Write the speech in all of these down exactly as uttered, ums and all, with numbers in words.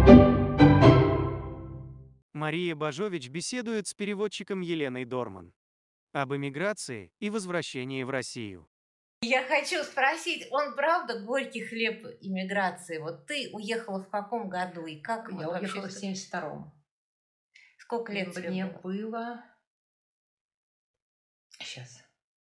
Мария Бажович беседует с переводчиком Еленой Дорман об эмиграции и возвращении в Россию. Я хочу спросить, он правда горький хлеб иммиграции? Вот ты уехала в каком году и как Я вообще уехала в всё- семьдесят втором. Сколько лет тебе Мне было? было... Сейчас.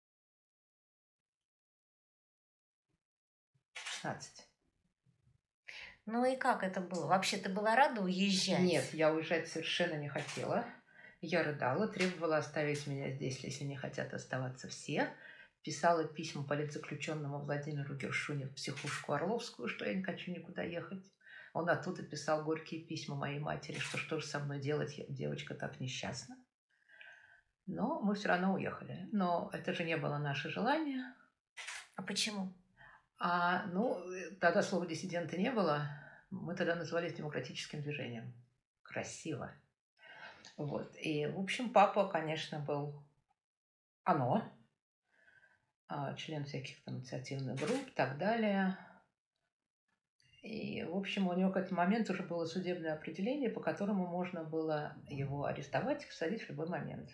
шестнадцать. Ну и как это было? Вообще ты была рада уезжать? Нет, я уезжать совершенно не хотела. Я рыдала, требовала оставить меня здесь, если не хотят оставаться все. Писала письма политзаключенному Владимиру Гершуне в психушку Орловскую, что я не хочу никуда ехать. Он оттуда писал горькие письма моей матери, что что же со мной делать, я, девочка так несчастна. Но мы все равно уехали. Но это же не было наше желание. А почему? А, ну, тогда слова диссиденты не было. Мы тогда назывались демократическим движением. Красиво. Вот. И, в общем, папа, конечно, был оно, член всяких там инициативных групп и так далее. И, в общем, у него к этому моменту уже было судебное определение, по которому можно было его арестовать и посадить в любой момент.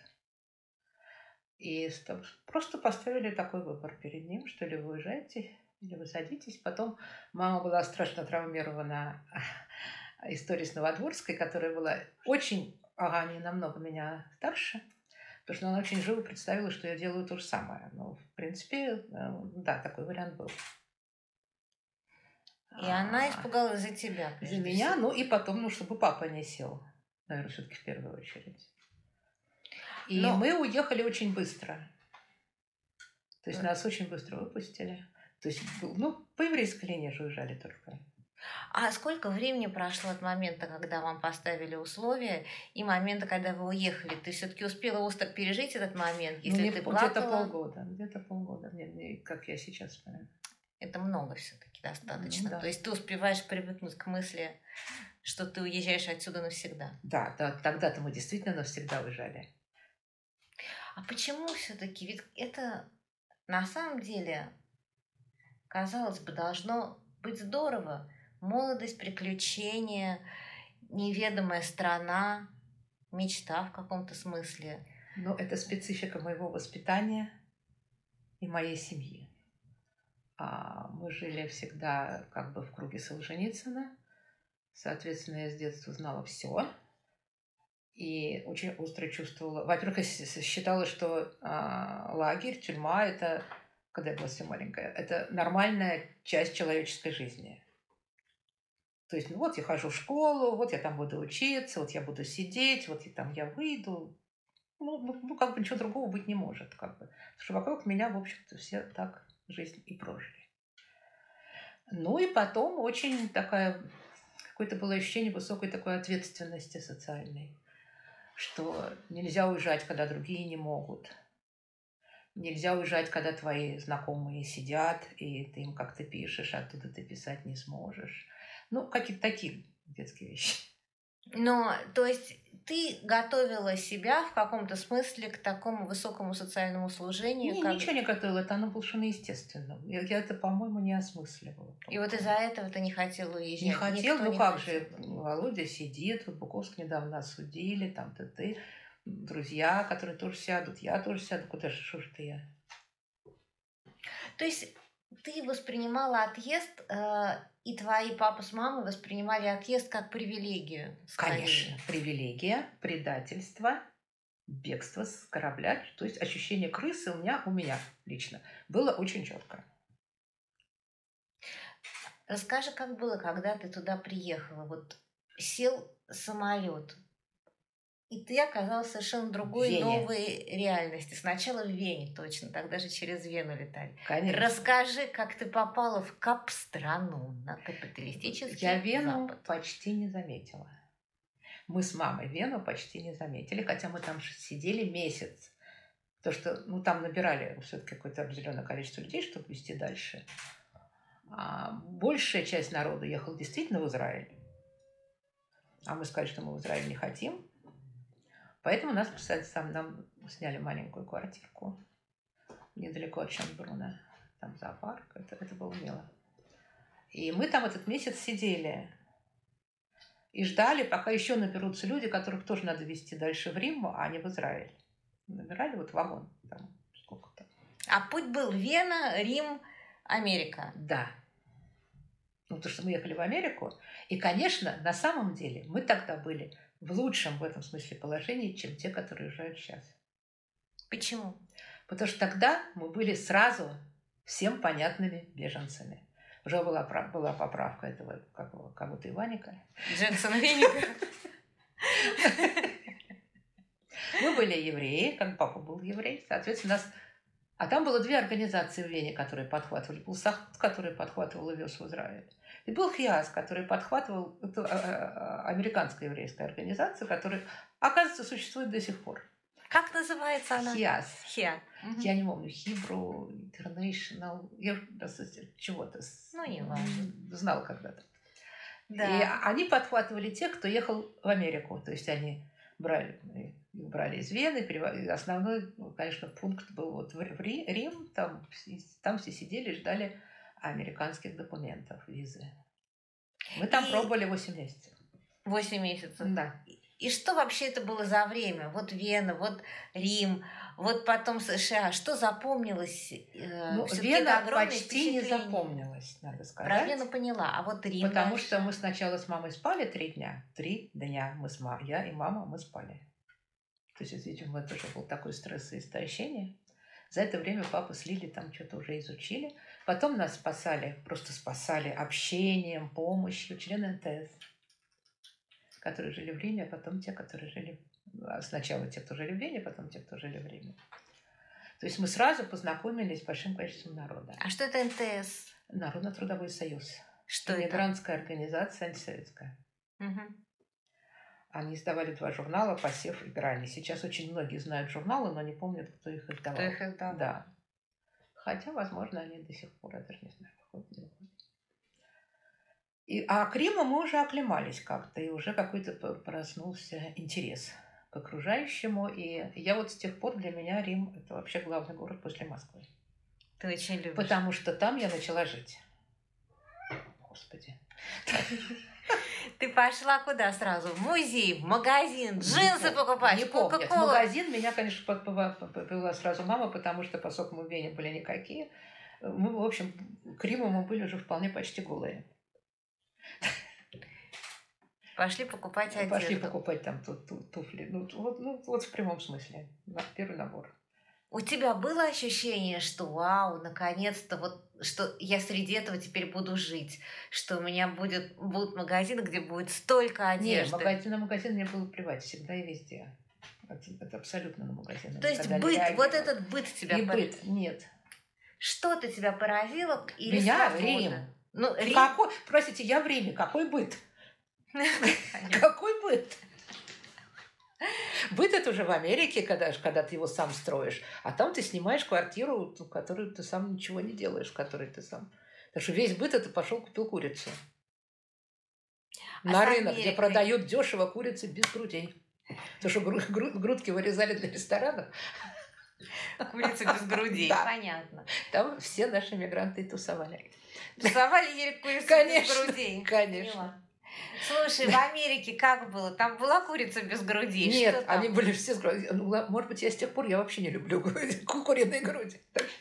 И просто поставили такой выбор перед ним, что ли вы уезжаете, или вы садитесь. Потом мама была страшно травмирована историей с Новодворской, которая была очень, ага, не намного меня старше, потому что она очень живо представила, что я делаю то же самое. Ну, в принципе, да, такой вариант был. И она испугалась за тебя. За меня, всего. Ну и потом, ну, чтобы папа не сел, наверное, все-таки в первую очередь. И Но... мы уехали очень быстро. То есть нас очень быстро выпустили. То есть, ну, по еврейской линии же уезжали только. А сколько времени прошло от момента, когда вам поставили условия, и момента, когда вы уехали? Ты все-таки успела остро пережить этот момент, если ну, ты плакала? Где-то полгода. Где-то полгода. Не, не, как я сейчас понимаю. Это много все-таки достаточно. Ну, да. То есть ты успеваешь привыкнуть к мысли, что ты уезжаешь отсюда навсегда. Да, да, тогда-то мы действительно навсегда уезжали. А почему все-таки? Ведь это на самом деле, казалось бы, должно быть здорово. Молодость, приключения, неведомая страна, мечта в каком-то смысле. Но это специфика моего воспитания и моей семьи. Мы жили всегда как бы в круге Солженицына. Соответственно, я с детства знала все. И очень остро чувствовала... Во-первых, я считала, что лагерь, тюрьма – это, когда я была совсем маленькая, это нормальная часть человеческой жизни. То есть, ну вот я хожу в школу, вот я там буду учиться, вот я буду сидеть, вот я там я выйду. Ну, ну, ну как бы ничего другого быть не может. Как бы. Потому что вокруг меня, в общем-то, все так жизнь и прожили. Ну и потом очень такая... Какое-то было ощущение высокой такой ответственности социальной. Что нельзя уезжать, когда другие не могут. Нельзя уезжать, когда твои знакомые сидят, и ты им как-то пишешь, а оттуда ты писать не сможешь. Ну, какие-то такие детские вещи. Ну, то есть ты готовила себя в каком-то смысле к такому высокому социальному служению? Не, как... ничего не готовила, это оно было совершенно естественно. Я, я это, по-моему, не осмысливала. И вот из-за этого ты не хотела уезжать? Не хотела, ну не как хотел. же, Володя сидит, вот Буковск недавно осудили, там-то ты, друзья, которые тоже сядут, я тоже сяду, куда же, что ж ты я? То есть ты воспринимала отъезд, э, и твои папа с мамой воспринимали отъезд как привилегию? Скорее. Конечно, привилегия, предательство, бегство с корабля. То есть ощущение крысы у меня, у меня лично было очень четко. Расскажи, как было, когда ты туда приехала? Вот сел самолет, и ты оказалась в совершенно другой, Вене. новой реальности. Сначала в Вене, точно, тогда же через Вену летали. Конечно. Расскажи, как ты попала в кап-страну, на капиталистический Я Вену Запад. почти не заметила. Мы с мамой Вену почти не заметили, хотя мы там сидели месяц. Потому что ну, там набирали все-таки какое-то определенное количество людей, чтобы везти дальше. А большая часть народа ехала действительно в Израиль. А мы сказали, что мы в Израиль не хотим. Поэтому нас, кстати, там нам сняли маленькую квартирку недалеко от Шенбруна. Там зоопарк. Это, это было мило. И мы там этот месяц сидели. И ждали, пока еще наберутся люди, которых тоже надо везти дальше в Рим, а не в Израиль. Набирали вот вагон. Там, сколько-то. А путь был Вена, Рим, Америка. Да. Ну, потому что мы ехали в Америку. И, конечно, на самом деле мы тогда были в лучшем в этом смысле положении, чем те, которые уезжают сейчас. Почему? Потому что тогда мы были сразу всем понятными беженцами. Уже была, была поправка этого как, кого-то Иваника. Джексона Веника. Мы были евреи, как папа был еврей. Соответственно, нас... А там было две организации в Вене, которые подхватывали. Был Сахут, который подхватывал и вез в Израиль. И был Хиас, который подхватывал... Это американская еврейская организация, которая, оказывается, существует до сих пор. Как называется она? Хиас. Хиа. Я не помню, Hebrew International, я чего-то ну, не важно. Знала когда-то. Да. И они подхватывали тех, кто ехал в Америку. То есть они брали, брали из Вены. Основной, конечно, пункт был вот в Рим. Там, там все сидели и ждали американских документов, визы. Мы там и... пробовали восемь месяцев. восемь месяцев? Да. И что вообще это было за время? Вот Вена, вот Рим, вот потом США. Что запомнилось? Ну, Вена почти не запомнилась, надо сказать. Про Вену поняла, а вот Рим. Потому дальше... что мы сначала с мамой спали три дня. Три дня мы с мамой, я и мама, мы спали. То есть, видимо, это уже был такой стресс и истощение. За это время папа с Лили там что-то уже изучили. Потом нас спасали, просто спасали общением, помощью, члены эн тэ эс. Которые жили в Риме, а потом те, которые жили... Сначала те, кто жили в Вене, потом те, кто жили в Риме. То есть мы сразу познакомились с большим количеством народа. А что это эн тэ эс? Народно-трудовой союз. Что это? Мигрантская организация антисоветская. Угу. Они издавали два журнала «Посев» и «Грани». Сейчас очень многие знают журналы, но не помнят, кто их издавал. Кто их издавал? Да. Хотя, возможно, они до сих пор, я даже не знаю, выходят, не выходят. И, а к Риму мы уже оклемались как-то, и уже какой-то проснулся интерес к окружающему. И я вот с тех пор, для меня Рим – это вообще главный город после Москвы. Ты очень любишь. Потому что там я начала жить. Господи. Ты пошла куда сразу? В музей, в магазин, джинсы покупать, не помню. Кока-колу? В магазин меня, конечно, повела сразу мама, потому что, поскольку мы в Вене были никакие, мы, в общем, к Риму мы были уже вполне почти голые. Пошли покупать одежду. Пошли покупать там туфли. Ну вот, ну, вот в прямом смысле. Первый набор. У тебя было ощущение, что вау, наконец-то, вот что я среди этого теперь буду жить, что у меня будет, будут магазины, где будет столько одежды? Нет, магазин, на магазин мне было плевать всегда и везде. Это, это абсолютно на магазин. То есть быт, вот этот быт тебя... Не быт, нет. Что-то тебя поразило? Или меня свобода? Рим. Ну, Рим. Какой, простите, я в Риме. Какой быт? Какой быт? Быт это уже в Америке, когда, когда ты его сам строишь. А там ты снимаешь квартиру, в которой ты сам ничего не делаешь, в которой ты сам... Так что весь быт это пошел купил курицу. А на рынок, Америкой, где продают дешево курицы без грудей. Потому что груд, груд, грудки вырезали для ресторанов. Курица без грудей, да. Понятно. Там все наши мигранты тусовали. Тусовали ели курицу конечно, без грудей. Конечно. Поняла. Слушай, в Америке как было? Там была курица без груди? Нет, они были все с грудью. Может быть, я с тех пор я вообще не люблю куриные груди.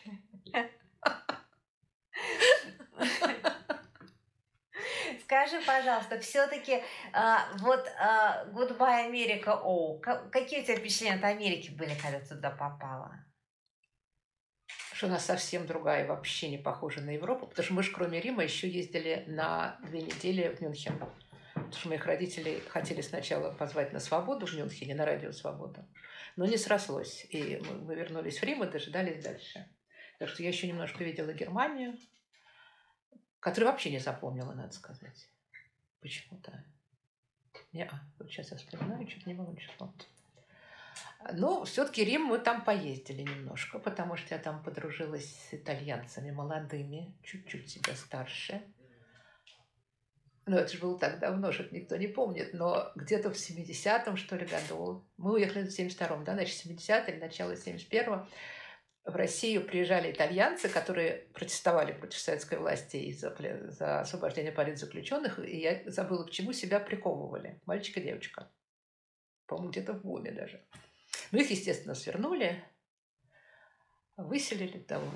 Скажи, пожалуйста, все-таки а, вот а, Goodbye America, о, какие у тебя впечатления от Америки были, когда ты туда попала? Что она совсем другая, вообще не похожа на Европу, потому что мы же кроме Рима еще ездили на две недели в Мюнхен. Потому что моих родителей хотели сначала позвать на свободу в Мюнхене, на радио «Свобода», но не срослось. И мы вернулись в Рим и дожидались дальше. Так что я еще немножко видела Германию, которую вообще не запомнила, надо сказать. Почему-то. Не-а. Вот сейчас я вспоминаю, что-то не могу ничего вспомнить. Ну, все-таки Рим мы там поездили немножко, потому что я там подружилась с итальянцами молодыми, чуть-чуть себя старше. Ну, это же было так давно, что никто не помнит, но где-то в семидесятом, что ли, году, мы уехали в семьдесят втором, да, значит, семидесятый или начало семьдесят первого, в Россию приезжали итальянцы, которые протестовали против советской власти и за, за освобождение политзаключенных, и я забыла, к чему себя приковывали. Мальчик и девочка. По-моему, где-то в ВОМе даже. Ну, их, естественно, свернули, выселили там.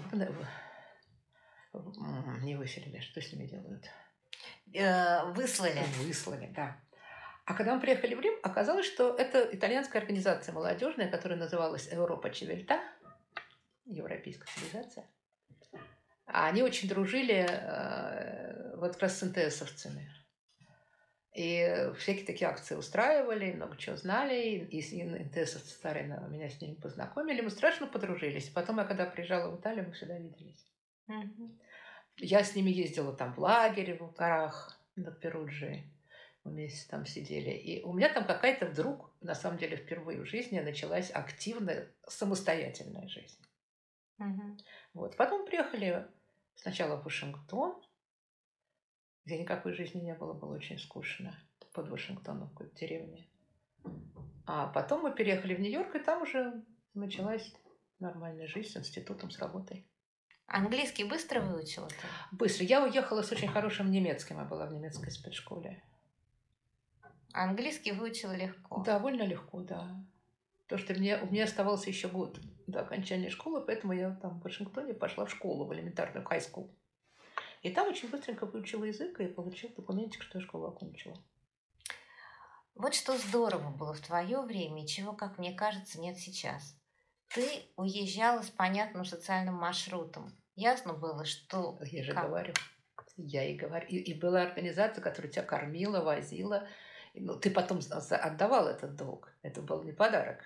Не выселили, что с ними делают? Э, выслали. Выслали, да. А когда мы приехали в Рим, оказалось, что это итальянская организация молодежная, которая называлась Европа Чивельта, европейская цивилизация. А они очень дружили э, вот как раз с эн тэ эсовцами. И всякие такие акции устраивали, много чего знали. И эн тэ эсовцы старые меня с ними познакомили. Мы страшно подружились. Потом я, когда приезжала в Италию, мы всегда виделись. Мгм. Я с ними ездила там в лагере в горах над Перуджией. Мы вместе там сидели. И у меня там какая-то вдруг, на самом деле, впервые в жизни началась активная самостоятельная жизнь. Мгм. Вот. Потом приехали сначала в Вашингтон, где никакой жизни не было, было очень скучно. Под Вашингтоном, в какой-то деревне. А потом мы переехали в Нью-Йорк, и там уже началась нормальная жизнь с институтом, с работой. Английский быстро выучила ты? Быстро. Я уехала с очень хорошим немецким. Я была в немецкой спецшколе. Английский выучила легко. Довольно легко, да. Потому что мне, у меня оставался еще год до окончания школы, поэтому я там в Вашингтоне пошла в школу, в элементарную, high school. И там очень быстренько выучила язык и получила документик, что я школу окончила. Вот что здорово было в твое время, и чего, как мне кажется, нет сейчас. Ты уезжала с понятным социальным маршрутом. Ясно было, что... Я же как? говорю. Я и говорю. И, и была организация, которая тебя кормила, возила. Ну, ты потом отдавал этот долг. Это был не подарок.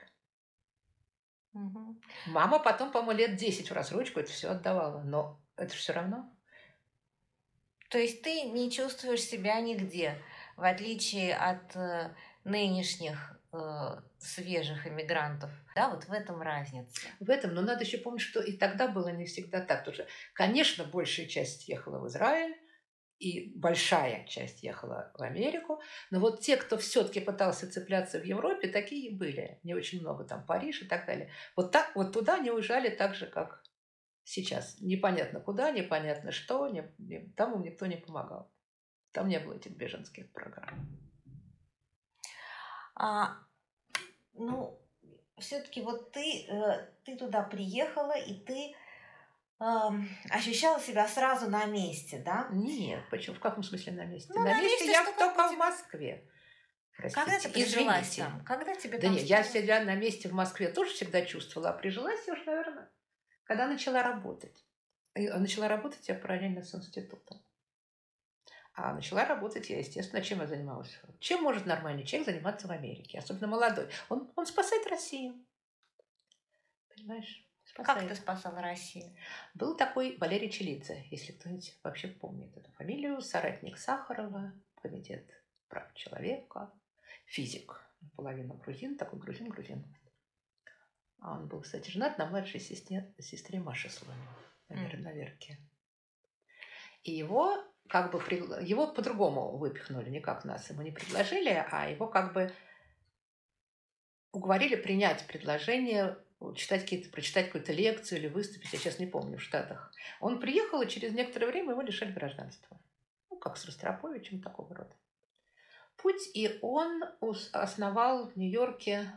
Угу. Мама потом, по-моему, лет десять в рассрочку это все отдавала. Но это все равно. То есть ты не чувствуешь себя нигде, в отличие от э, нынешних э, свежих иммигрантов. Да, вот в этом разница. В этом, но надо еще помнить, что и тогда было не всегда так. Потому что, конечно, большая часть ехала в Израиль, и большая часть ехала в Америку. Но вот те, кто все-таки пытался цепляться в Европе, такие и были. Не очень много, там Париж и так далее. Вот, так, вот туда они уезжали так же, как сейчас. Непонятно куда, непонятно что. Не, не, там им никто не помогал. Там не было этих беженских программ. А, ну, все-таки вот ты, э, ты туда приехала, и ты э, ощущала себя сразу на месте, да? Нет, почему? В каком смысле на месте? Ну, на, на месте, месте, я что только как в бы Москве. Простите, Когда ты прижилась извините. там? Когда тебе Да там нет, я стало? себя на месте в Москве тоже всегда чувствовала, а прижилась я уж, наверное, когда начала работать. И начала работать я параллельно с институтом. А начала работать я, естественно, чем я занималась? Чем может нормальный человек заниматься в Америке, особенно молодой? Он, он спасает Россию. Понимаешь? Спасает. Как ты спасала Россию? Был такой Валерий Челидзе, если кто-нибудь вообще помнит эту фамилию, соратник Сахарова, комитет прав человека, физик, половина грузин, такой грузин-грузин. А он был, кстати, женат на младшей сестре, сестре Маши Слониной, наверное, на Верке. И его как бы его по-другому выпихнули, не как нас ему не предложили, а его как бы уговорили принять предложение читать какие-то, прочитать какую-то лекцию или выступить, я сейчас не помню, в Штатах. Он приехал, и через некоторое время его лишили гражданства. Ну, как с Ростроповичем, такого рода. Путь, и он основал в Нью-Йорке.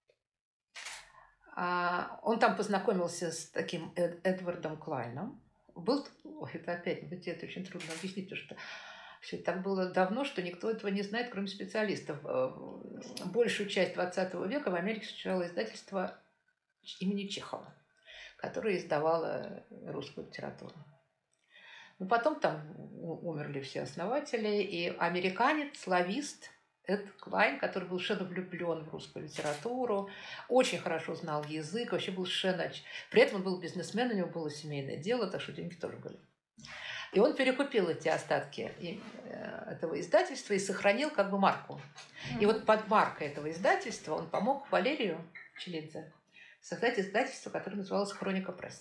А, он там познакомился с таким Эд, Эдвардом Клайном. Был, ой, это опять, это очень трудно объяснить, потому что все это так было давно, что никто этого не знает, кроме специалистов. Большую часть двадцатого века в Америке существовало издательство имени Чехова, которое издавало русскую литературу. Но потом там умерли все основатели, и американец, славист Эд Клайн, который был совершенно влюблен в русскую литературу, очень хорошо знал язык, вообще был совершенно... При этом он был бизнесмен, у него было семейное дело, так что деньги тоже были. И он перекупил эти остатки этого издательства и сохранил как бы марку. Mm-hmm. И вот под маркой этого издательства он помог Валерию Челидзе создать издательство, которое называлось «Хроника пресс».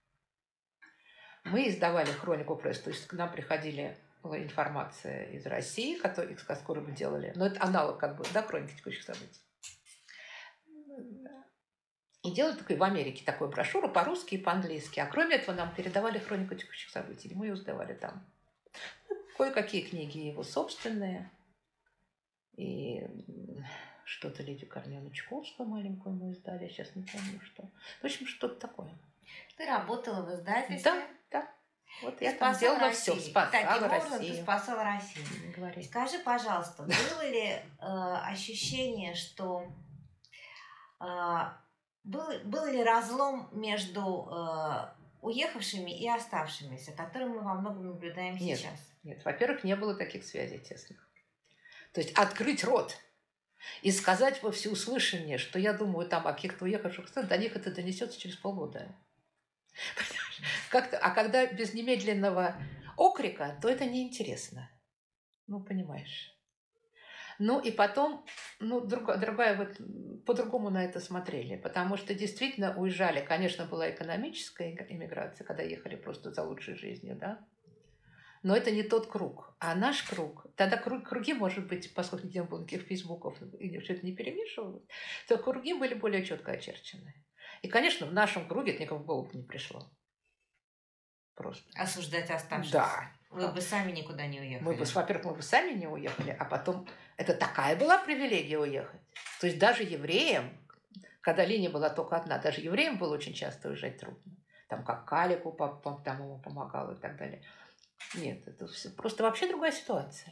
Мы издавали «Хронику пресс», то есть к нам приходили информация из России, которую, с которой мы делали, но это аналог как бы, да, хроники текущих событий. И делали такой, в Америке такую брошюру по-русски и по-английски. А кроме этого нам передавали хронику текущих событий. Мы ее сдавали там. Кое-какие книги его собственные. И что-то Лидию Корнеевну Чуковскую маленькую мы издали. Я сейчас не помню, что. В общем, что-то такое. Ты работала в издательстве? Да, да. Вот Ты я там спасала делала Россию. все. Спасала Таким Россию. образом ты спасала Россию. Не говори. Скажи, пожалуйста, было ли э, ощущение, что э, был, был ли разлом между э, уехавшими и оставшимися, который мы во многом наблюдаем Нет, сейчас? Нет, во-первых, не было таких связей тесных. То есть открыть рот и сказать во всеуслышание, что я думаю там о каких-то уехавших, до них это донесется через полгода. Как-то, а когда без немедленного окрика, то это неинтересно. Ну, понимаешь. Ну, и потом, ну, друг, другая, вот, по-другому на это смотрели, потому что действительно уезжали. Конечно, была экономическая эмиграция, когда ехали просто за лучшей жизнью, да. Но это не тот круг. А наш круг, тогда круг, круги, может быть, поскольку не было никаких фейсбуков, и все это не перемешивалось, то круги были более четко очерчены. И, конечно, в нашем круге это никому в голову не пришло. Просто. Осуждать оставшихся. Да. Вы бы сами никуда не уехали. Мы бы, во-первых, мы бы сами не уехали, а потом это такая была привилегия уехать. То есть даже евреям, когда линия была только одна, даже евреям было очень часто уезжать трудно. Там как Калику там ему помогал и так далее. Нет, это все просто вообще другая ситуация.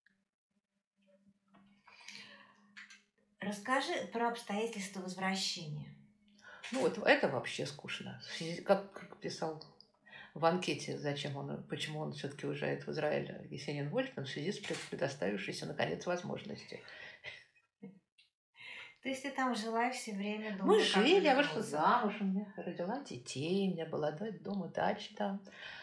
Расскажи про обстоятельства возвращения. Ну вот это вообще скучно. Как писал в анкете, зачем он, почему он все-таки уезжает в Израиль, Есенин Вольфман, в связи с предоставившейся, наконец, возможностью. То есть ты там жила все время? Думала, мы жили, я вышла замуж, у меня родила детей, у меня была дома, дача там.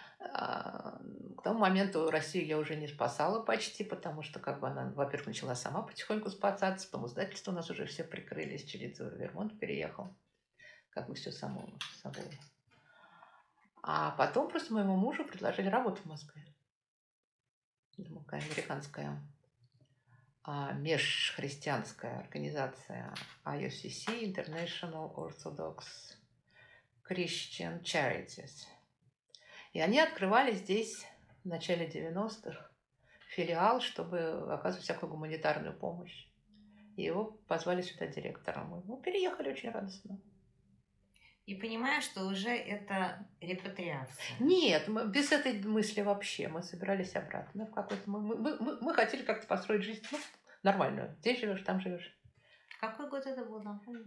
К тому моменту Россию я уже не спасала почти, потому что как бы она, во-первых, начала сама потихоньку спасаться, потом издательство у нас уже все прикрылись, Челидзе в Вермонт переехал, как бы все само собой. А потом просто моему мужу предложили работу в Москве. Такая американская а, межхристианская организация ай о си си, International Orthodox Christian Charities. И они открывали здесь в начале девяностых филиал, чтобы оказывать всякую гуманитарную помощь. И его позвали сюда директором. Мы переехали очень радостно. И понимаю, что уже это репатриация. Нет, мы, без этой мысли вообще. Мы собирались обратно. В какой-то, мы, мы, мы, мы хотели как-то построить жизнь ну, нормальную. Здесь живешь, там живешь. Какой год это был, напомню?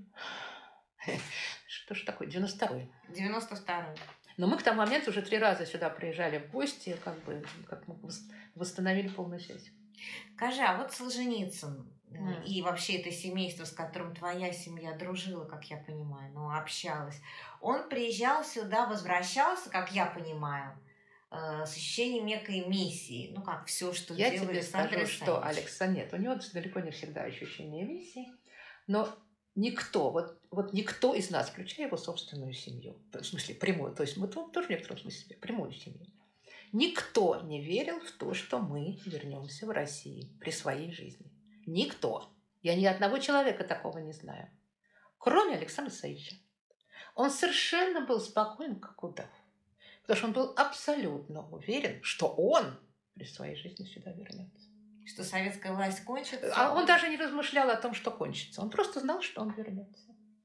Что ж такое? девяносто второй. девяносто второй. Но мы к тому моменту уже три раза сюда приезжали в гости, как бы как мы восстановили полную связь. Скажи, а вот Солженицын mm. и вообще это семейство, с которым твоя семья дружила, как я понимаю, ну, общалась, он приезжал сюда, возвращался, как я понимаю, э, с ощущением некой миссии. Ну, как все, что я делал тебе Александр скажу, Исаевич. что Алекса нет. У него далеко не всегда ощущение миссии, но никто, вот, вот никто из нас, включая его собственную семью, в смысле прямую, то есть мы тоже в некотором смысле прямую семью, никто не верил в то, что мы вернемся в Россию при своей жизни. Никто. Я ни одного человека такого не знаю. Кроме Александра Исаевича. Он совершенно был спокоен, как удав. Потому что он был абсолютно уверен, что он при своей жизни сюда вернется. Что советская власть кончится? А он даже не размышлял о том, что кончится. Он просто знал, что он вернется.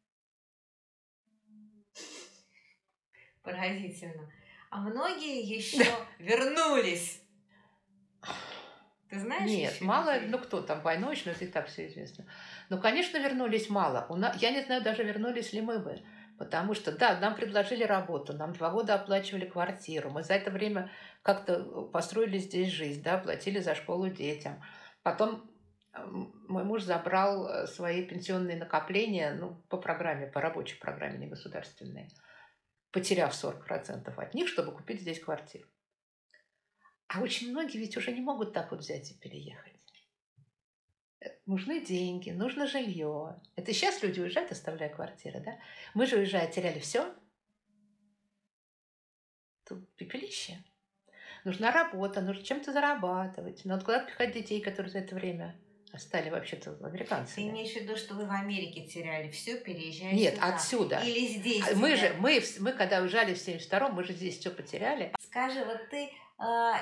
Поразительно. А многие еще вернулись. Ты знаешь? Нет, мало, ну кто там, войной, но это и так все известно. Но, конечно, вернулись мало. У нас, я не знаю, даже вернулись ли мы бы. Потому что, да, нам предложили работу, нам два года оплачивали квартиру. Мы за это время как-то построили здесь жизнь, да, платили за школу детям. Потом мой муж забрал свои пенсионные накопления, ну, по программе, по рабочей программе, не государственной, потеряв сорок процентов от них, чтобы купить здесь квартиру. А очень многие ведь уже не могут так вот взять и переехать. Нужны деньги, нужно жилье. Это сейчас люди уезжают, оставляя квартиры, да? Мы же, уезжая, теряли все. Тут пепелище. Нужна работа, нужно чем-то зарабатывать. Надо куда-то пихать детей, которые за это время стали вообще-то Ты американцами. имеешь в виду, что вы в Америке теряли все, переезжая Нет, сюда? отсюда. Или здесь А Мы тебя- же, мы, в- мы когда уезжали в семьдесят втором, мы же здесь все потеряли. Скажи, вот ты э,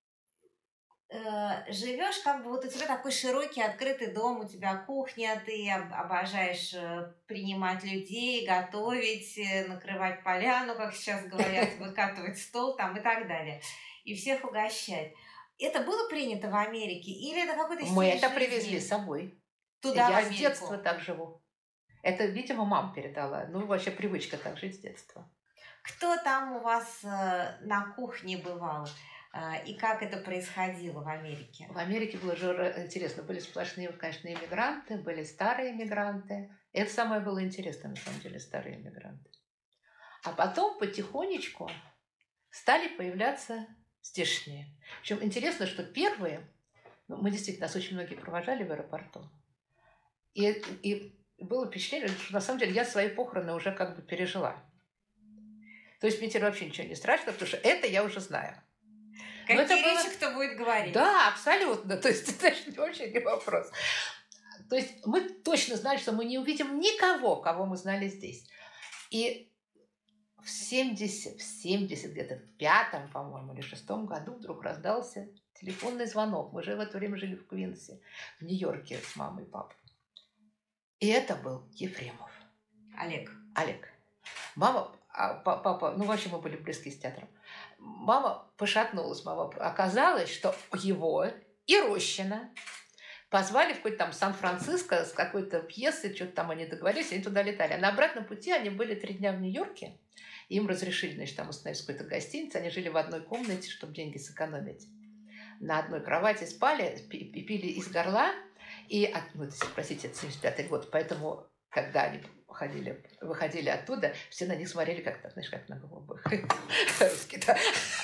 э, живешь, как бы вот у тебя такой широкий, открытый дом, у тебя кухня, ты об- обожаешь э, принимать людей, готовить, э, накрывать поляну, как сейчас говорят, выкатывать стол там и так далее. И всех угощать. Это было принято в Америке? Или это какой-то Мы стиль это жизни привезли с собой. туда, в Я с Америку? детства так живу. Это, видимо, мама передала. Ну, вообще привычка так жить с детства. Кто там у вас э, на кухне бывал? Э, и как это происходило в Америке? В Америке было же ра- интересно. Были сплошные, конечно, иммигранты, были старые иммигранты. Это самое было интересное, на самом деле, старые иммигранты. А потом потихонечку стали появляться здешние. Причем интересно, что первые, ну, мы действительно, нас очень многие провожали в аэропорту. И, и было впечатление, что на самом деле я свои похороны уже как бы пережила. То есть мне теперь вообще ничего не страшно, потому что это я уже знаю. Но Какие это было- речи кто будет говорить? Да, абсолютно. То есть это же вообще не вопрос. То есть мы точно знали, что мы не увидим никого, кого мы знали здесь. И в семидесятом, в семидесятом где-то в пятом, по-моему, или шестом году вдруг раздался телефонный звонок. Мы же в это время жили в Квинсе, в Нью-Йорке с мамой и папой. И это был Ефремов. Олег. Олег. Мама, а па- папа, ну вообще мы были близки с театром. Мама пошатнулась, мама. Оказалось, что его и Рощина позвали в какой-то там Сан-Франциско с какой-то пьесой, что-то там они договорились, они туда летали. А на обратном пути они были три дня в Нью-Йорке, и им разрешили, значит, там установить в какой-то гостинице. Они жили в одной комнате, чтобы деньги сэкономить. На одной кровати спали, пи- пи- пили из горла. И, от, ну, это, простите, это семьдесят пятый год, поэтому, когда они ходили, выходили оттуда, все на них смотрели как-то, знаешь, как на голубых. Русские, да.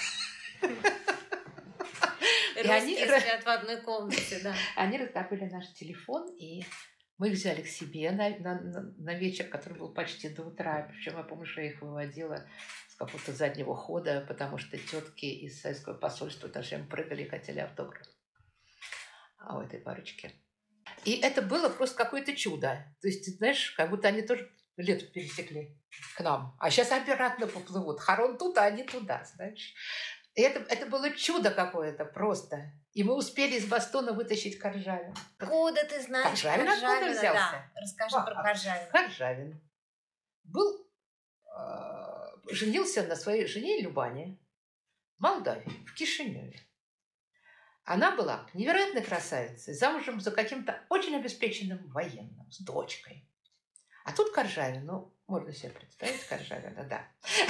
И они- Русские спят в одной комнате, да. Они раздобыли наш телефон, и мы их взяли к себе на, на, на, на вечер, который был почти до утра. Причем я помню, что я их выводила с какого-то заднего хода, потому что тетки из советского посольства там всем прыгали и хотели автограф у этой парочки. И это было просто какое-то чудо. То есть, ты знаешь, как будто они тоже лето пересекли к нам. А сейчас обратно поплывут. Харон тут, а они туда, знаешь. И это, это было чудо какое-то просто. И мы успели из Бастона вытащить Коржавин. Откуда ты знаешь Коржавин откуда Коржавина? взялся? Да, расскажи А, про а, Коржавина. Коржавин был, э, женился на своей жене Любане в Молдавии, в Кишиневе. Она была невероятной красавицей, замужем за каким-то очень обеспеченным военным, с дочкой. А тут Коржавин, ну, можно себе представить Коржавина, да.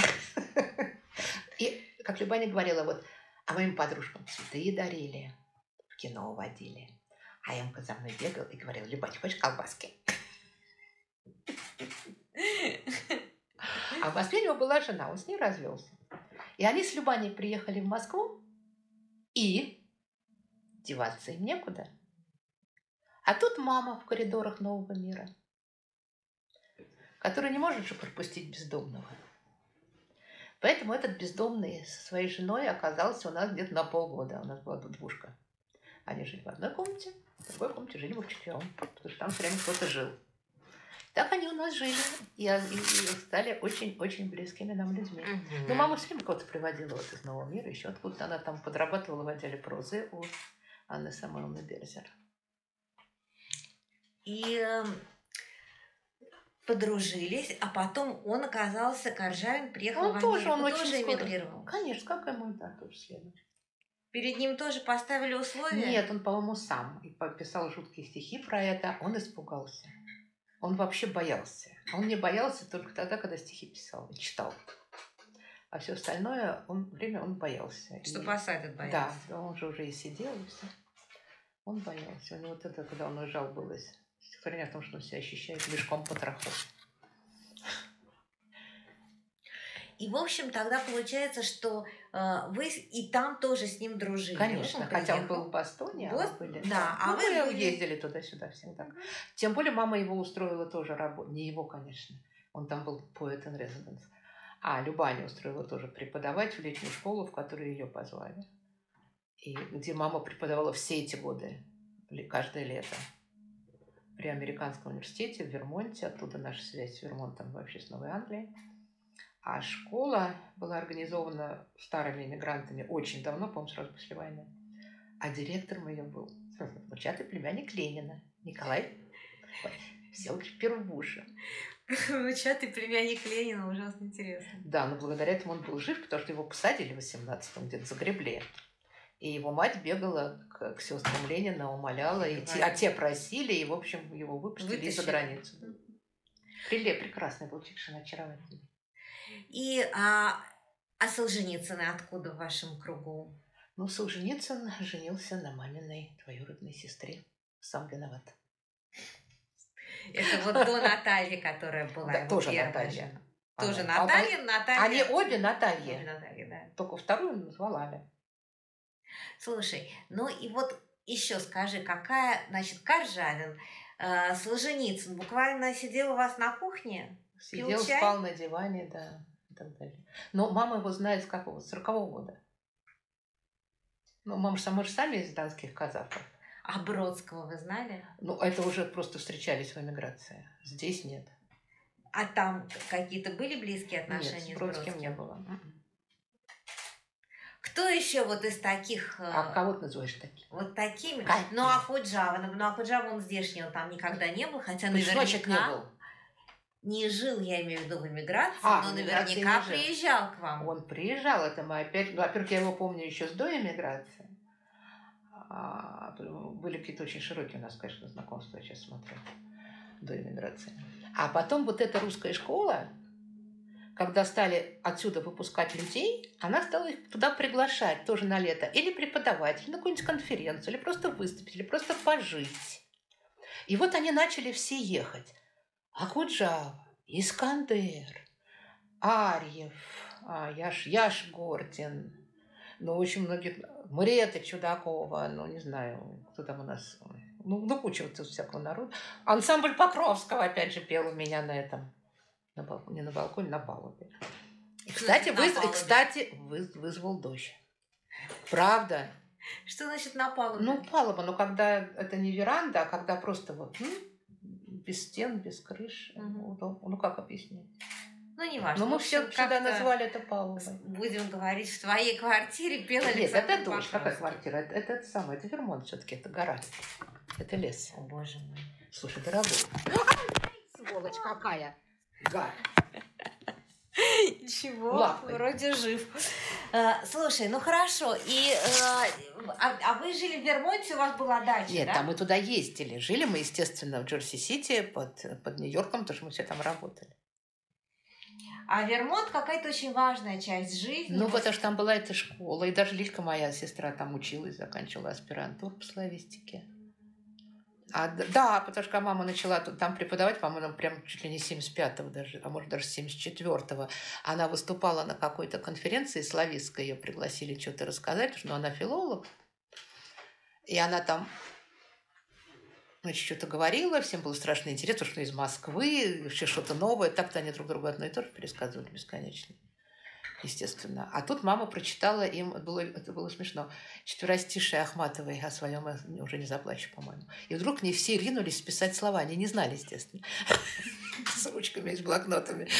И, как Любаня говорила, вот, а моим подружкам цветы дарили, в кино водили. А Эмка за мной бегал и говорил: Любаня, хочешь колбаски? А в Москве у него была жена, он с ней развелся. И они с Любаней приехали в Москву, и деваться им некуда. А тут мама в коридорах нового мира, которая не может же пропустить бездомного. Поэтому этот бездомный со своей женой оказался у нас где-то на полгода. У нас была тут двушка. Они жили в одной комнате, в другой комнате жили мы вчетвером, потому что там все время кто-то жил. Так они у нас жили и, и, и стали очень-очень близкими нам людьми. Мгм. Но мама все время кого-то приводила вот из нового мира, еще откуда-то она там подрабатывала в отделе прозы у Анны Самойловны Берзер. И э, подружились, а потом он оказался, Коржавин приехал Он в тоже, Америку, он очень тоже скоро- эмигрировал. Конечно, как и мой, да, тоже следует. Перед ним тоже поставили условия? Нет, он, по-моему, сам и писал жуткие стихи про это. Он испугался. Он вообще боялся. Он не боялся только тогда, когда стихи писал и читал. А все остальное он, время он боялся. Что И- посадят, боялся. Да, он же уже и сидел, и все. Он боялся. У него вот это, когда он уезжал, было стихотворение о том, что он себя ощущает мешком потрохов. И, в общем, тогда получается, что э, вы и там тоже с ним дружили. Конечно, Он хотя он приехал. был в Бостоне, а Вот, мы были. да, а ну, вы мы были- ездили туда-сюда всегда. Тем более мама его устроила тоже работу. Не его, конечно. Он там был poet in residence. А Любаня устроила тоже преподавать в летнюю школу, в которую ее позвали. И где мама преподавала все эти годы. каждое лето при Американском университете в Вермонте. Оттуда наша связь с Вермонтом вообще с Новой Англией. А школа была организована старыми иммигрантами очень давно, по-моему, сразу после войны. А директором ее был внучатый племянник Ленина Николай Всеволодович Первушин. Внучатый племянник Ленина, ужасно интересно. Да, но благодаря этому он был жив, потому что его посадили в восемнадцатом, где-то загребли. И его мать бегала к, к сестрам Ленина, умоляла, и те, а те просили, и, в общем, его выпустили Вытащили. за границу. Приле, прекрасный был совершенно очаровательный. И а, а Солженицын откуда в вашем кругу? Ну, Солженицын женился на маминой двоюродной сестре. Сам виноват. Это вот до Натальи, которая была Да, его тоже первая Наталья. жена. Тоже Она- Наталья, Наталья. Они обе Натальи. Обе Натальи, да. Только вторую назвала Аля. Слушай, ну и вот еще скажи, какая, значит, Коржавин, э, Солженицын буквально сидел у вас на кухне? Сидел, Пил чай? спал на диване, да, и так далее. Но мама его знает с какого? С сорокового года. Ну, мама же мы же сами из донских казахов. А Бродского вы знали? Ну, это уже просто встречались в эмиграции. Здесь нет. А там какие-то были близкие отношения Нет, с с Бродским Бродским? не было. М-м. Кто еще вот из таких... э, А кого ты называешь таким? Вот такими? Какими? Ну, Ахуджава. Ну, Ахуджава, он здешний, он там никогда не был, хотя Почему значит не наверняка... был? Не жил, я имею в виду, в эмиграции, А, но в эмиграции наверняка не жил. приезжал к вам. Он приезжал, это мы опять... Ну, во-первых, я его помню еще с до эмиграции. А, были какие-то очень широкие у нас, конечно, знакомства, я сейчас смотрю, до эмиграции. А потом вот эта русская школа, когда стали отсюда выпускать людей, она стала их туда приглашать тоже на лето. Или преподавать, или на какую-нибудь конференцию, или просто выступить, или просто пожить. И вот они начали все ехать. Акуджава, Искандер, Арьев, а, Яш, Яш Гордин, ну, очень многих, Мрета Чудакова, ну, не знаю, кто там у нас, ну, ну куча вот всякого народа. Ансамбль Покровского, опять же, пел у меня на этом, на балконе, не на балконе, на палубе. И, кстати, На выз, и, палубе. кстати выз, вызвал дождь. Правда. Что значит на палубе? Ну, палуба, но когда это не веранда, а когда просто вот м, без стен, без крыши. Мгм. Ну, ну, как объяснить? Ну, не важно. Но мы все всегда называли это палубой. Будем говорить, в твоей квартире пел Нет, Александр это дождь. Какая Покровский. квартира? Это, это, это самое, это Вермонт все-таки, это гора. Это лес. О, боже мой. Слушай, дорогой. Сволочь какая. Гад. Ничего, Лапой. вроде жив. Э, Слушай, ну хорошо. И, э, а, а вы жили в Вермонте, у вас была дача, Нет, да? там мы туда ездили. Жили мы, естественно, в Джерси-Сити под, под Нью-Йорком, потому что мы все там работали. А Вермонт какая-то очень важная часть жизни. Ну, Вот. потому что там была эта школа. И даже Лилька, моя сестра, там училась, заканчивала аспирантуру по славистике. А, д- да, потому что когда мама начала тут там преподавать, по-моему, прям чуть ли не семьдесят пятого даже, а может даже семьдесят четвёртого, она выступала на какой-то конференции славистской, ее пригласили что-то рассказать, потому что ну, она филолог. И она там, значит, что-то говорила, всем было страшно интересно, потому что из Москвы, вообще что-то новое. Так-то они друг другу одно и то же пересказывали бесконечно. Естественно. А тут мама прочитала им, это было, это было смешно, четверостишие Ахматовой о своем, уже не заплачу, по-моему. И вдруг не все ринулись писать слова. Они не знали, естественно. С ручками и с блокнотами.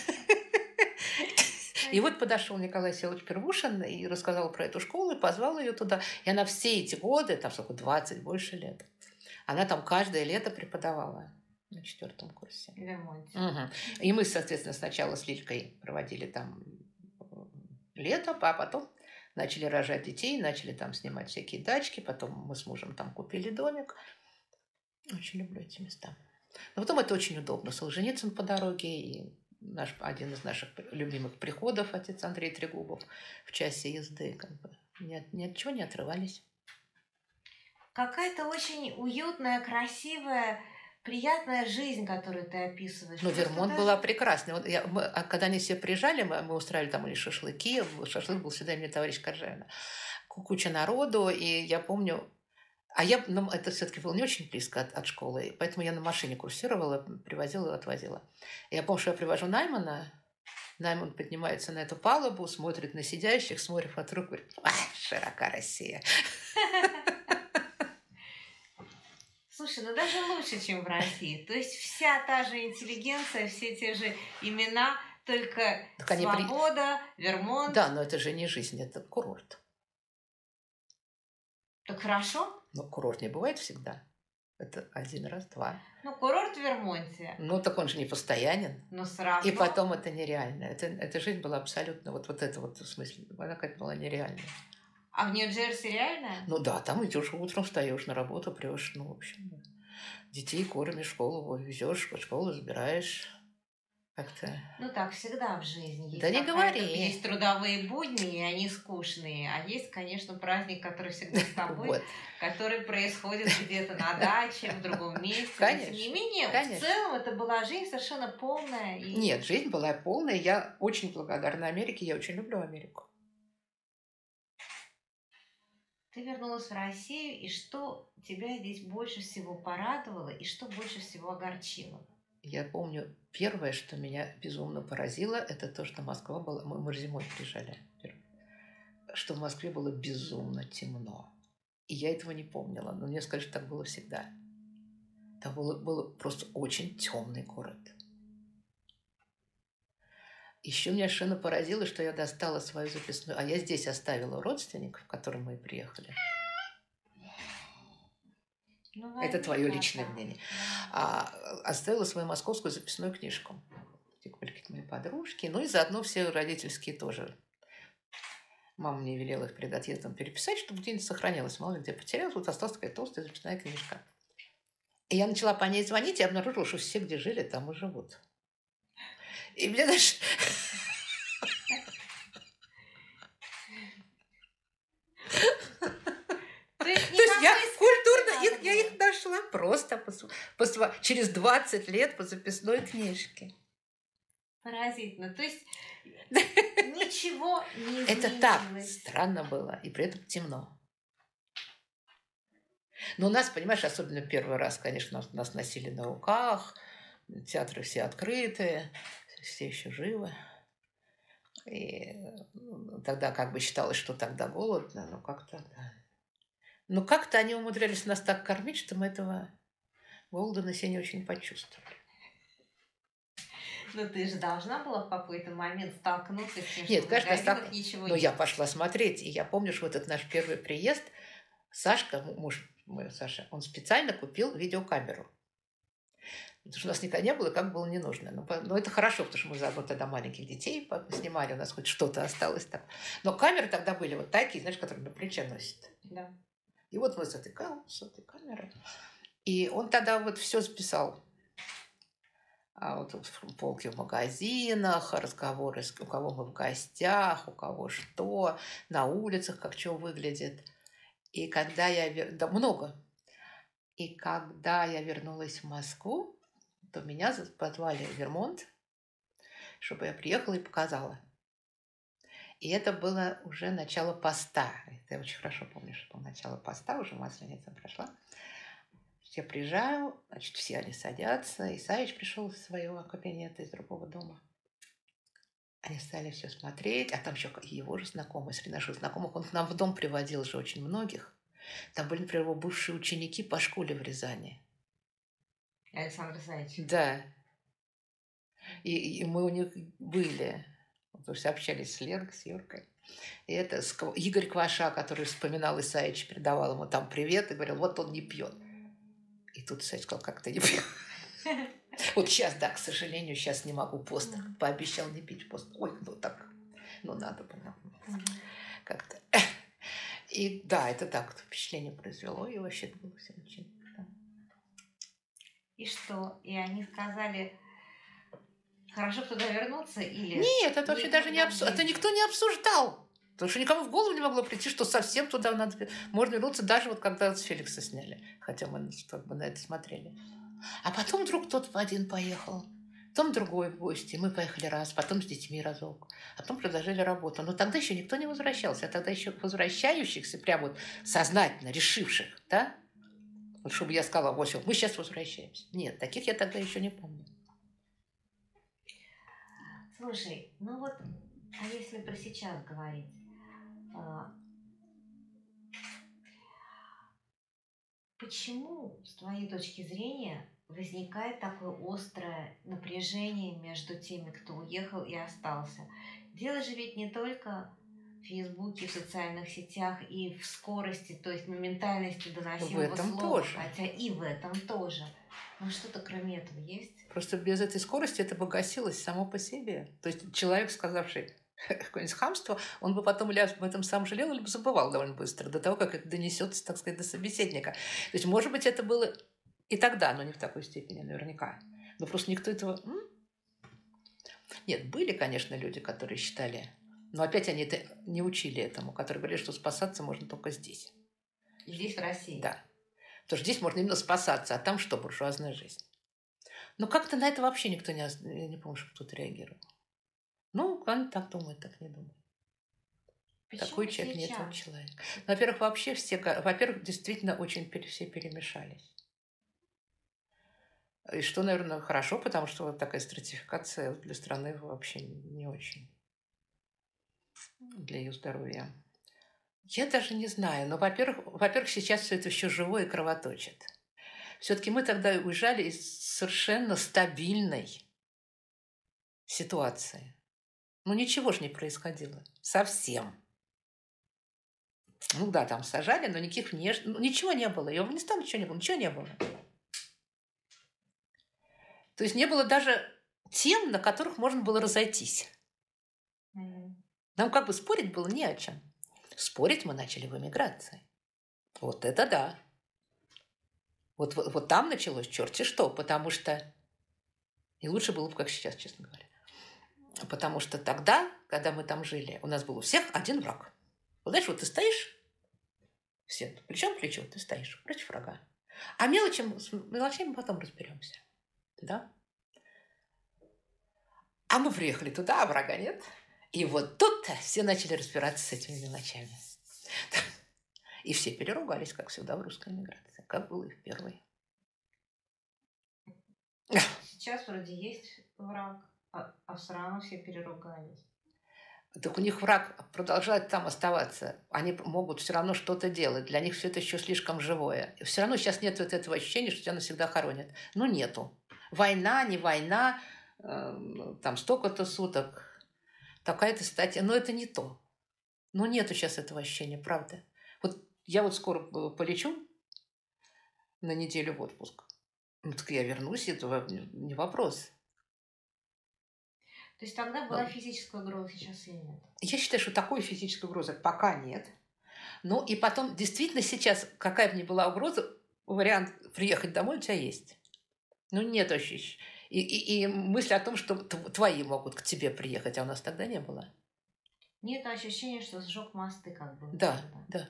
И вот подошел Николай Всеволодович Первушин и рассказал про эту школу, и позвал ее туда. И она все эти годы, там сколько, двадцать, больше лет, она там каждое лето преподавала на четвертом курсе. В Вермонте. Угу. И мы, соответственно, сначала с Лилькой проводили там лето, а потом начали рожать детей, начали там снимать всякие дачки, потом мы с мужем там купили домик. Очень люблю эти места. Но потом это очень удобно. Солженицын по дороге, и наш, один из наших любимых приходов, отец Андрей Трегубов, в часе езды. Как бы, ни, от, ни от чего не отрывались. Какая-то очень уютная, красивая, приятная жизнь, которую ты описываешь. Ну, Просто Вермонт даже- была прекрасной. Вот я- мы- а когда они все приезжали, мы, мы устраивали там или шашлыки. Шашлык был всегда именно товарищ Коржавина. Ку- Куча народу. И я помню... А я, ну, это все-таки было не очень близко от, от школы, поэтому я на машине курсировала, привозила и отвозила. Я помню, что я привожу Наймана. Найман поднимается на эту палубу, смотрит на сидящих, смотрит вокруг, говорит: «А, широка Россия». Слушай, ну даже лучше, чем в России. То есть вся та же интеллигенция, все те же имена, только Так они при- свобода, Вермонт. Да, но это же не жизнь, это курорт. Так хорошо. Но курорт не бывает всегда. Это один раз, два. Ну, курорт в Вермонте. Ну, так он же не постоянен. Но сразу. И потом это нереально. Это, эта жизнь была абсолютно, вот, вот это вот в смысле, она как была нереальная. А в Нью-Джерси реально? Ну да, там идешь утром, встаешь на работу, прешь, ну, в общем, да. Детей кормишь, в школу везешь, в школу забираешь. Как-то... Ну так всегда в жизни. Есть Да не говори. Есть трудовые будни, и они скучные. А есть, конечно, праздник, который всегда с тобой, Вот. который происходит где-то на даче, в другом месте. Конечно, Но, тем не менее, конечно. в целом это была жизнь совершенно полная. И... Нет, жизнь была полная. Я очень благодарна Америке. Я очень люблю Америку. Ты вернулась в Россию, и что тебя здесь больше всего порадовало, и что больше всего огорчило? Я помню, первое, что меня безумно поразило, это то, что Москва была... Мы, мы зимой приезжали. Что в Москве было безумно темно. И я этого не помнила. Но мне сказали, что так было всегда. Там было, было просто очень темный город. Еще меня совершенно поразило, что я достала свою записную... А я здесь оставила родственников, к которым мы приехали. Ну, это твое личное да. мнение. А, оставила свою московскую записную книжку. Где были какие-то мои подружки. Ну и заодно все родительские тоже. Мама мне велела их перед отъездом переписать, чтобы где-нибудь сохранилось. Мало ли где потерялась. Вот осталась такая толстая записная книжка. И я начала по ней звонить и обнаружила, что все, где жили, там и живут. И мне даже... То есть, То есть я культурно их, я их нашла просто по, по, через двадцать лет по записной книжке. Поразительно. То есть ничего не изменилось. Это так странно было, и при этом темно. Но у нас, понимаешь, особенно первый раз, конечно, нас, нас носили на руках, театры все открыты, все еще живы. И тогда как бы считалось, что тогда голодно, но как-то... Да. Но как-то они умудрялись нас так кормить, что мы этого голода на себе не очень почувствовали. Но ты же должна была в какой-то момент столкнуться с тем, Нет, что каждый в магазинах стал... ничего Но нет. я пошла смотреть, и я помню, что вот этот наш первый приезд, Сашка, муж мой, Саша, он специально купил видеокамеру. Потому что у нас никогда не было, как было не нужно. Но, но это хорошо, потому что мы заодно тогда маленьких детей снимали, у нас хоть что-то осталось там. Но камеры тогда были вот такие, знаешь, которые на плече носят. Да. И вот мы с этой, с этой камерой. И он тогда вот все записал. А вот полки в магазинах, разговоры, у кого мы в гостях, у кого что, на улицах, как что выглядит. И когда я... Да, много. И когда я вернулась в Москву, то меня позвали в Вермонт, чтобы я приехала и показала. И это было уже начало поста. Это я очень хорошо помню, что начало поста, уже Масленица прошла. Я приезжаю, значит, все они садятся, и Савич пришел из своего кабинета, из другого дома. Они стали все смотреть, а там еще его же знакомые, среди наших знакомых. Он к нам в дом приводил же очень многих. Там были, например, его бывшие ученики по школе в Рязани. Александр Савич. Да. И, и мы у них были. То есть общались с Ленкой, с Юркой. И это Игорь Кваша, который вспоминал Исаевич, передавал ему там привет и говорил, вот он не пьет. И тут Исаевич сказал, как ты не пьешь? Вот сейчас, да, к сожалению, сейчас не могу пост. Пообещал не пить пост. Ой, ну так, ну надо было. Как-то. И да, это так впечатление произвело, и вообще это было все очень... И что? И они сказали... Хорошо туда вернуться или... Нет, это вообще даже не обсуждал. Это никто не обсуждал. Потому что никому в голову не могло прийти, что совсем туда надо... Можно вернуться даже вот когда с Феликса сняли. Хотя мы как бы на это смотрели. А потом вдруг кто-то один поехал. Потом другой в гости. Мы поехали раз, потом с детьми разок. Потом продолжили работу. Но тогда еще никто не возвращался. А тогда еще возвращающихся, прям вот сознательно решивших, да? Вот чтобы я сказала, вот мы сейчас возвращаемся. Нет, таких я тогда еще не помню. Слушай, ну вот, а если про сейчас говорить, почему, с твоей точки зрения, возникает такое острое напряжение между теми, кто уехал и остался? Дело же ведь не только в Фейсбуке, в социальных сетях и в скорости, то есть моментальности В доносимого этом слова, тоже. хотя и в этом тоже. Но что-то кроме этого есть? Просто без этой скорости это бы гасилось само по себе. То есть человек, сказавший какое-нибудь хамство, он бы потом или об этом сам жалел, или бы забывал довольно быстро, до того, как это донесется, так сказать, до собеседника. То есть, может быть, это было и тогда, но не в такой степени, наверняка. Но просто никто этого... М? Нет, были, конечно, люди, которые считали... Но опять они это не учили этому, которые говорили, что спасаться можно только здесь. Здесь, в России? Да. Потому что здесь можно именно спасаться, а там что, буржуазная жизнь. Но как-то на это вообще никто не... Я не помню, что кто-то реагировал. Ну, он так думает, так не думает. Почему Такой человек, нет, сейчас? тот человек. Ну, во-первых, вообще все... Во-первых, действительно очень пере- все перемешались. И что, наверное, хорошо, потому что вот такая стратификация для страны вообще не очень для ее здоровья. Я даже не знаю. Но, во-первых, во-первых, сейчас все это еще живое и кровоточит. Все-таки мы тогда уезжали из совершенно стабильной ситуации. Ну, ничего же не происходило. Совсем. Ну да, там сажали, но никаких внешних... Ну, ничего не было. И в Афганистане ничего не было. Ничего не было. То есть не было даже тем, на которых можно было разойтись. Mm. Нам как бы спорить было не о чем. Спорить мы начали в эмиграции. Вот это да. Вот, вот, вот там началось черти что, потому что... И лучше было бы, как сейчас, честно говоря. Потому что тогда, когда мы там жили, у нас был у всех один враг. Вот знаешь, вот ты стоишь, все, плечом к плечу, ты стоишь против врага. А мелочи, с мелочами потом разберемся. Да? А мы приехали туда, а врага нет. И вот тут все начали разбираться с этими мелочами. И все переругались, как всегда в русской эмиграции, как было и в первой. Сейчас вроде есть враг, а, а все равно все переругались. Так у них враг продолжает там оставаться. Они могут все равно что-то делать. Для них все это еще слишком живое. И все равно сейчас нет вот этого ощущения, что тебя навсегда хоронят. Ну, нету. Война, не война, э, там столько-то суток, такая-то статья. Но это не то. Ну, нету сейчас этого ощущения, правда. Вот я вот скоро полечу на неделю в отпуск. Ну, так я вернусь, это не вопрос. То есть тогда была Ну, физическая угроза, сейчас ее нет. Я считаю, что такой физической угрозы пока нет. Ну и потом, действительно, сейчас, какая бы ни была угроза, вариант приехать домой у тебя есть. Ну, нет ощущения. И, и, и мысль о том, что твои могут к тебе приехать, а у нас тогда не было. Нет ощущения, что сжег мосты, как бы. Да, да.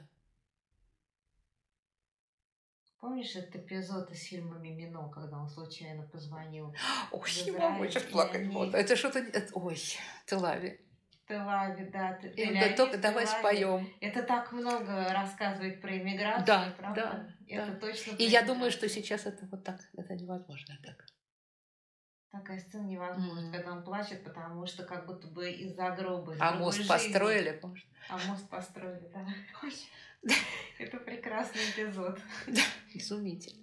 Помнишь этот эпизод из фильма «Мимино», когда он случайно позвонил? Ой, не могу сейчас плакать. они... Вот. Это что-то... Ой, Тель-Авив. Тель-Авив, да. И только давай споем. Это так много рассказывает про иммиграцию, да, правда? Да, это да. точно. И я думаю, что сейчас это вот так, это невозможно так. Такая сцена невозможна, mm-hmm. когда он плачет, потому что как будто бы из-за гроба. Из а мост жизни. Построили, может? А мост построили, да. Это прекрасный эпизод. Изумительно.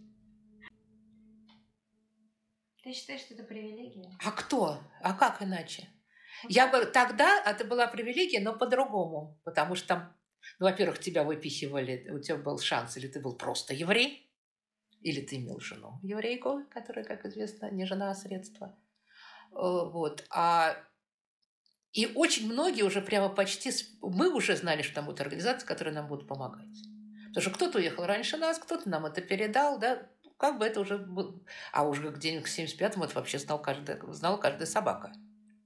Ты считаешь, что это привилегия? А кто? А как иначе? Я бы тогда это была привилегия, но по-другому. Потому что там, ну, во-первых, тебя выпихивали, у тебя был шанс, или ты был просто еврей, или ты имел жену еврейку, которая, как известно, не жена, а средство. Вот. А... И очень многие уже прямо почти... Мы уже знали, что там будут организации, которые нам будут помогать. Потому что кто-то уехал раньше нас, кто-то нам это передал, да, как бы это уже было... А уже где-нибудь к семьдесят пятому это вообще знал каждая, знала каждая собака.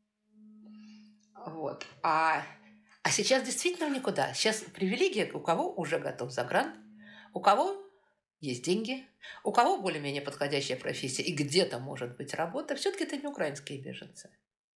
Вот. А, а сейчас действительно никуда. Сейчас привилегия, у кого уже готов загрант, у кого есть деньги, у кого более-менее подходящая профессия и где-то может быть работа, все-таки это не украинские беженцы.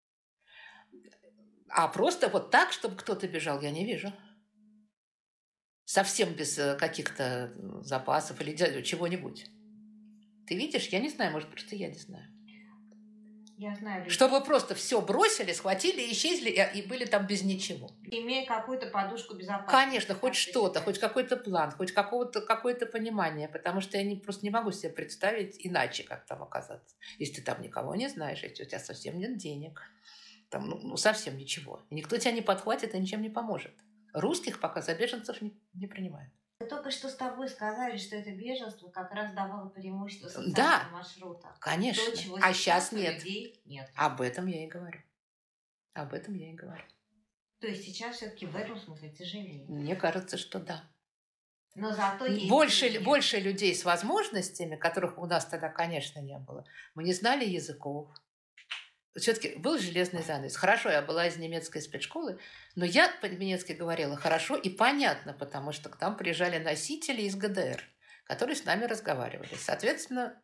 А просто вот так, чтобы кто-то бежал, я не вижу. Совсем без каких-то запасов или чего-нибудь. Ты видишь? Я не знаю, может, просто я не знаю. Я знаю людей. Чтобы просто все бросили, схватили, исчезли и, и были там без ничего. Имея какую-то подушку безопасности. Конечно, хоть как ты что-то, считаешь? хоть какой-то план, хоть какого-то, какое-то понимание, потому что я не, просто не могу себе представить иначе, как там оказаться. Если ты там никого не знаешь, если у тебя совсем нет денег, там, ну, ну, совсем ничего. И никто тебя не подхватит и ничем не поможет. Русских пока за беженцев не, не принимают. Мы только что с тобой сказали, что это беженство как раз давало преимущество социального Да, маршрута. конечно. То, чего А сейчас сейчас у нет. людей нет. Об этом я и говорю. Об этом я и говорю. То есть сейчас все-таки в этом смысле тяжелее. Мне кажется, что да. Но зато есть Больше, люди. больше людей с возможностями, которых у нас тогда, конечно, не было. Мы не знали языков. Все-таки был железный занавес. Хорошо, я была из немецкой спецшколы, но я по-немецки говорила хорошо и понятно, потому что к нам приезжали носители из ГДР, которые с нами разговаривали. Соответственно,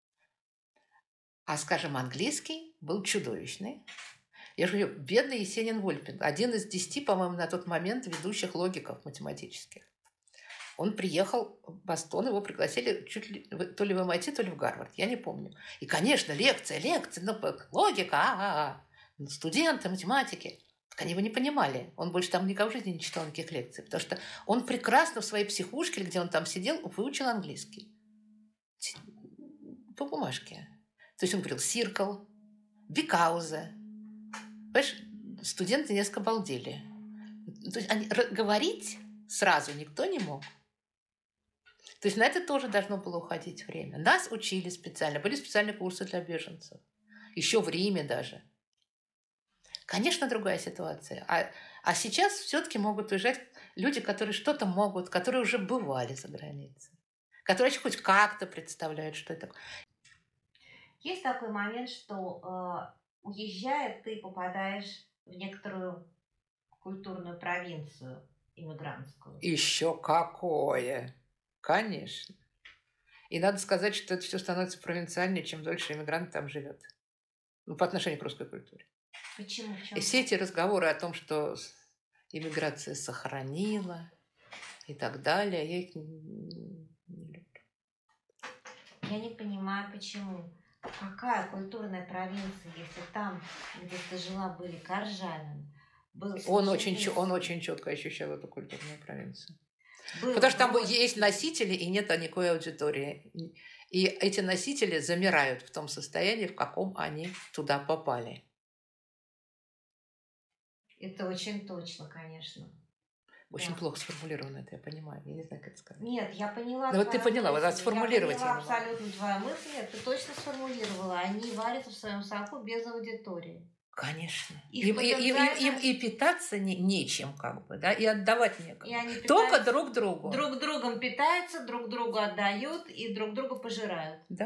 а, скажем, английский был чудовищный. Я же говорю, бедный Есенин Вольпин, один из десяти, по-моему, на тот момент ведущих логиков математических. Он приехал в Бостон, его пригласили чуть ли, то ли в эм ай ти, то ли в Гарвард, я не помню. И, конечно, лекция, лекция, ну, логика, а-а-а, студенты, математики. Так они его не понимали. Он больше там никогда в жизни не читал никаких лекций, потому что он прекрасно в своей психушке, где он там сидел, выучил английский. По бумажке. То есть он говорил «circle», «because». Понимаешь, студенты несколько балдели. То есть они, говорить сразу никто не мог. То есть на это тоже должно было уходить время. Нас учили специально. Были специальные курсы для беженцев. Еще в Риме даже. Конечно, другая ситуация. А, а сейчас все-таки могут уезжать люди, которые что-то могут, которые уже бывали за границей. Которые еще хоть как-то представляют, что это такое. Есть такой момент, что э, уезжая, ты попадаешь в некоторую культурную провинцию иммигрантскую. Еще какое! Конечно. И надо сказать, что это все становится провинциальнее, чем дольше иммигрант там живет. Ну, по отношению к русской культуре. Почему? В чем? И все эти разговоры о том, что иммиграция сохранила и так далее, я их не люблю. Я не понимаю, почему. Какая культурная провинция, если там, где ты жила, были Каржанин, был Он очень, Солженицын, он очень четко ощущал эту культурную провинцию. был Потому что там Бродский. есть носители и нет никакой аудитории. И эти носители замирают в том состоянии, в каком они туда попали. Это очень точно, конечно. Очень Да. плохо сформулировано это, я понимаю. Я не знаю, как это сказать. Нет, я поняла. Ну вот ты твою поняла, вот, а мысль. сформулировать я я поняла не могу. абсолютно твою мысль. Нет, ты точно сформулировала. Они варятся в своем соку без аудитории. Конечно. Их Им, и, и- и- потенциально- им и питаться не, нечем, как бы, да, и отдавать некому. И они Только питаются- друг другу. друг другом питаются, друг другу отдают и друг друга пожирают. Да.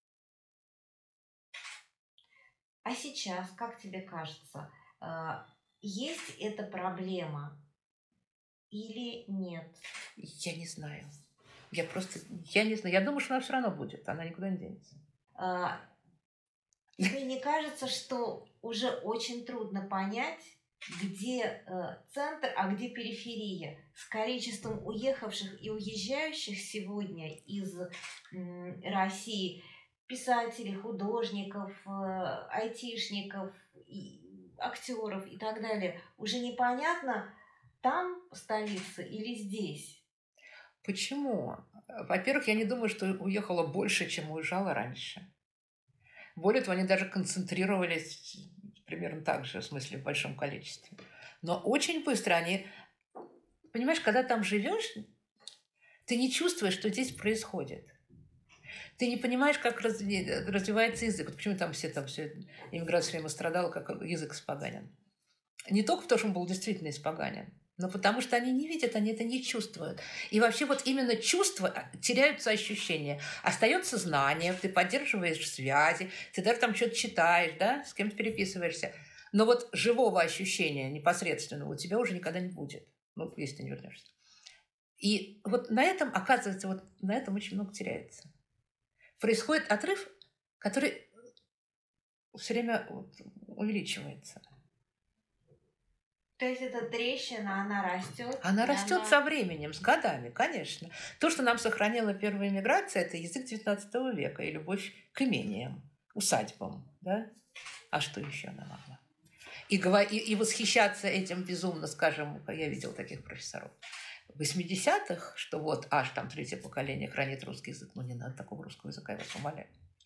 А сейчас, как тебе кажется, э, есть эта проблема или нет? Я не знаю. Я просто, я не знаю. Я думаю, что она все равно будет. Она никуда не денется. Э, Тебе не кажется, что уже очень трудно понять, где э, центр, а где периферия? С количеством уехавших и уезжающих сегодня из м, России писателей, художников, э, айтишников, и актеров и так далее, уже непонятно, там столица или здесь. Почему? Во-первых, я не думаю, что уехало больше, чем уезжало раньше. Более того, они даже концентрировались примерно так же, в смысле, в большом количестве. Но очень быстро они... Понимаешь, когда там живешь, ты не чувствуешь, что здесь происходит. Ты не понимаешь, как разви- развивается язык. Вот почему там все там все иммиграция время страдала, как язык испоганен. Не только потому, что он был действительно испоганен, но потому что они не видят, они это не чувствуют. И вообще вот именно чувства, теряются ощущения. Остается знание, ты поддерживаешь связи, ты даже там что-то читаешь, да, с кем-то переписываешься. Но вот живого ощущения непосредственного у тебя уже никогда не будет, ну, если ты не вернешься. И вот на этом, оказывается, вот на этом очень много теряется. Происходит отрыв, который все время вот увеличивается. То есть эта трещина, она растет. Она и растет она- со временем, с годами, конечно. То, что нам сохранила первая миграция, это язык девятнадцатого века и любовь к имениям. усадьбам, да? А что еще она могла? И, и, и восхищаться этим безумно, скажем, я видел таких профессоров в восьмидесятых, что вот аж там третье поколение хранит русский язык. Ну, не надо такого русского языка, я вас умоляю.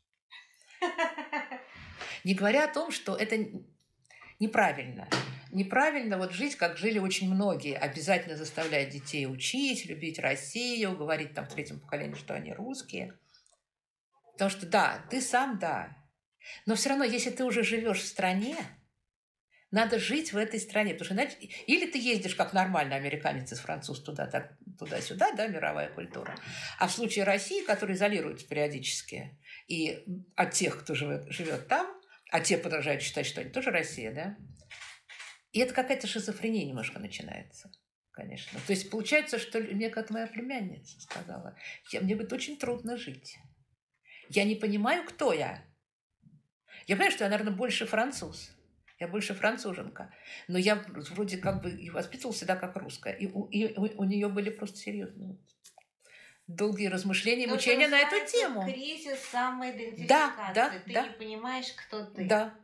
Не говоря о том, что это неправильно. Неправильно вот жить, как жили очень многие. Обязательно заставлять детей учить, любить Россию, говорить там в третьем поколении, что они русские. Потому что да, ты сам, да. Но все равно, если ты уже живешь в стране, надо жить в этой стране. Потому что иначе... Или ты ездишь как нормальный американец из француз туда, так, туда-сюда, да, мировая культура. А в случае России, которая изолируется периодически, и от тех, кто живет, живет там, а те продолжают считать, что они тоже Россия, да, и это какая-то шизофрения немножко начинается, конечно. То есть получается, что мне как моя племянница сказала, мне будет очень трудно жить. Я не понимаю, кто я. Я понимаю, что я, наверное, больше француз. Я больше француженка. Но я вроде как бы и воспитывалась всегда как русская. И у, и у, у нее были просто серьезные долгие размышления и мучения на эту тему. Кризис самоидентификации. Да, да, ты да. не понимаешь, кто ты. Да.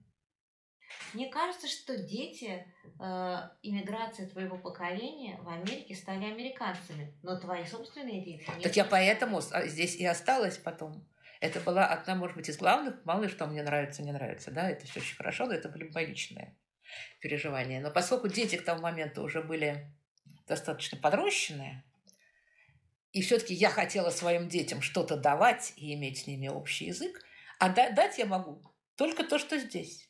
Мне кажется, что дети э, иммиграции твоего поколения в Америке стали американцами, но твои собственные дети нет. Так я поэтому здесь и осталась потом. Это была одна, может быть, из главных, мало ли что мне нравится, не нравится, да, это все очень хорошо, но это были мои личные переживания. Но поскольку дети к тому моменту уже были достаточно подрощенные, и все-таки я хотела своим детям что-то давать и иметь с ними общий язык, а дать я могу только то, что здесь.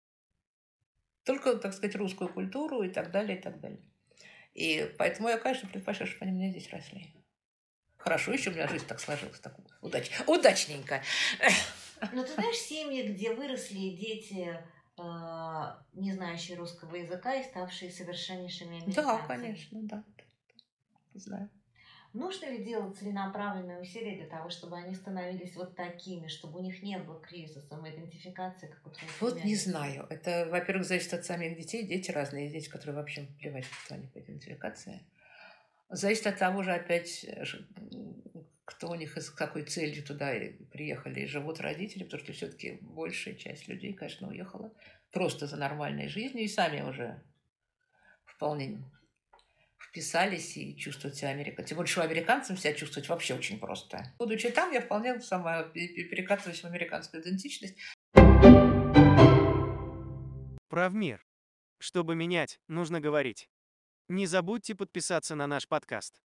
Только, так сказать, русскую культуру и так далее, и так далее. И поэтому я, конечно, предпочитаю, чтобы они у меня здесь росли. Хорошо, еще у меня жизнь так сложилась, так удач... удачненько. Но ты знаешь, семьи, где выросли дети, э, не знающие русского языка и ставшие совершеннейшими американцами? Да, конечно, да. Знаю. Нужно ли делать целенаправленные усилия для того, чтобы они становились вот такими, чтобы у них не было кризиса самоидентификации, как у твоих Вот племянниц? не знаю. Это, во-первых, зависит от самих детей. Дети разные. Дети, которые вообще плевать, кто они по идентификации. Зависит от того же, опять, кто у них, с какой целью туда приехали и живут родители, потому что все-таки большая часть людей, конечно, уехала просто за нормальной жизнью и сами уже вполне вписались и чувствуют себя американцами. Тем более, что американцам себя чувствовать вообще очень просто. Будучи там, я вполне сама перекатываюсь в американскую идентичность. Правмир. Чтобы менять, нужно говорить. Не забудьте подписаться на наш подкаст.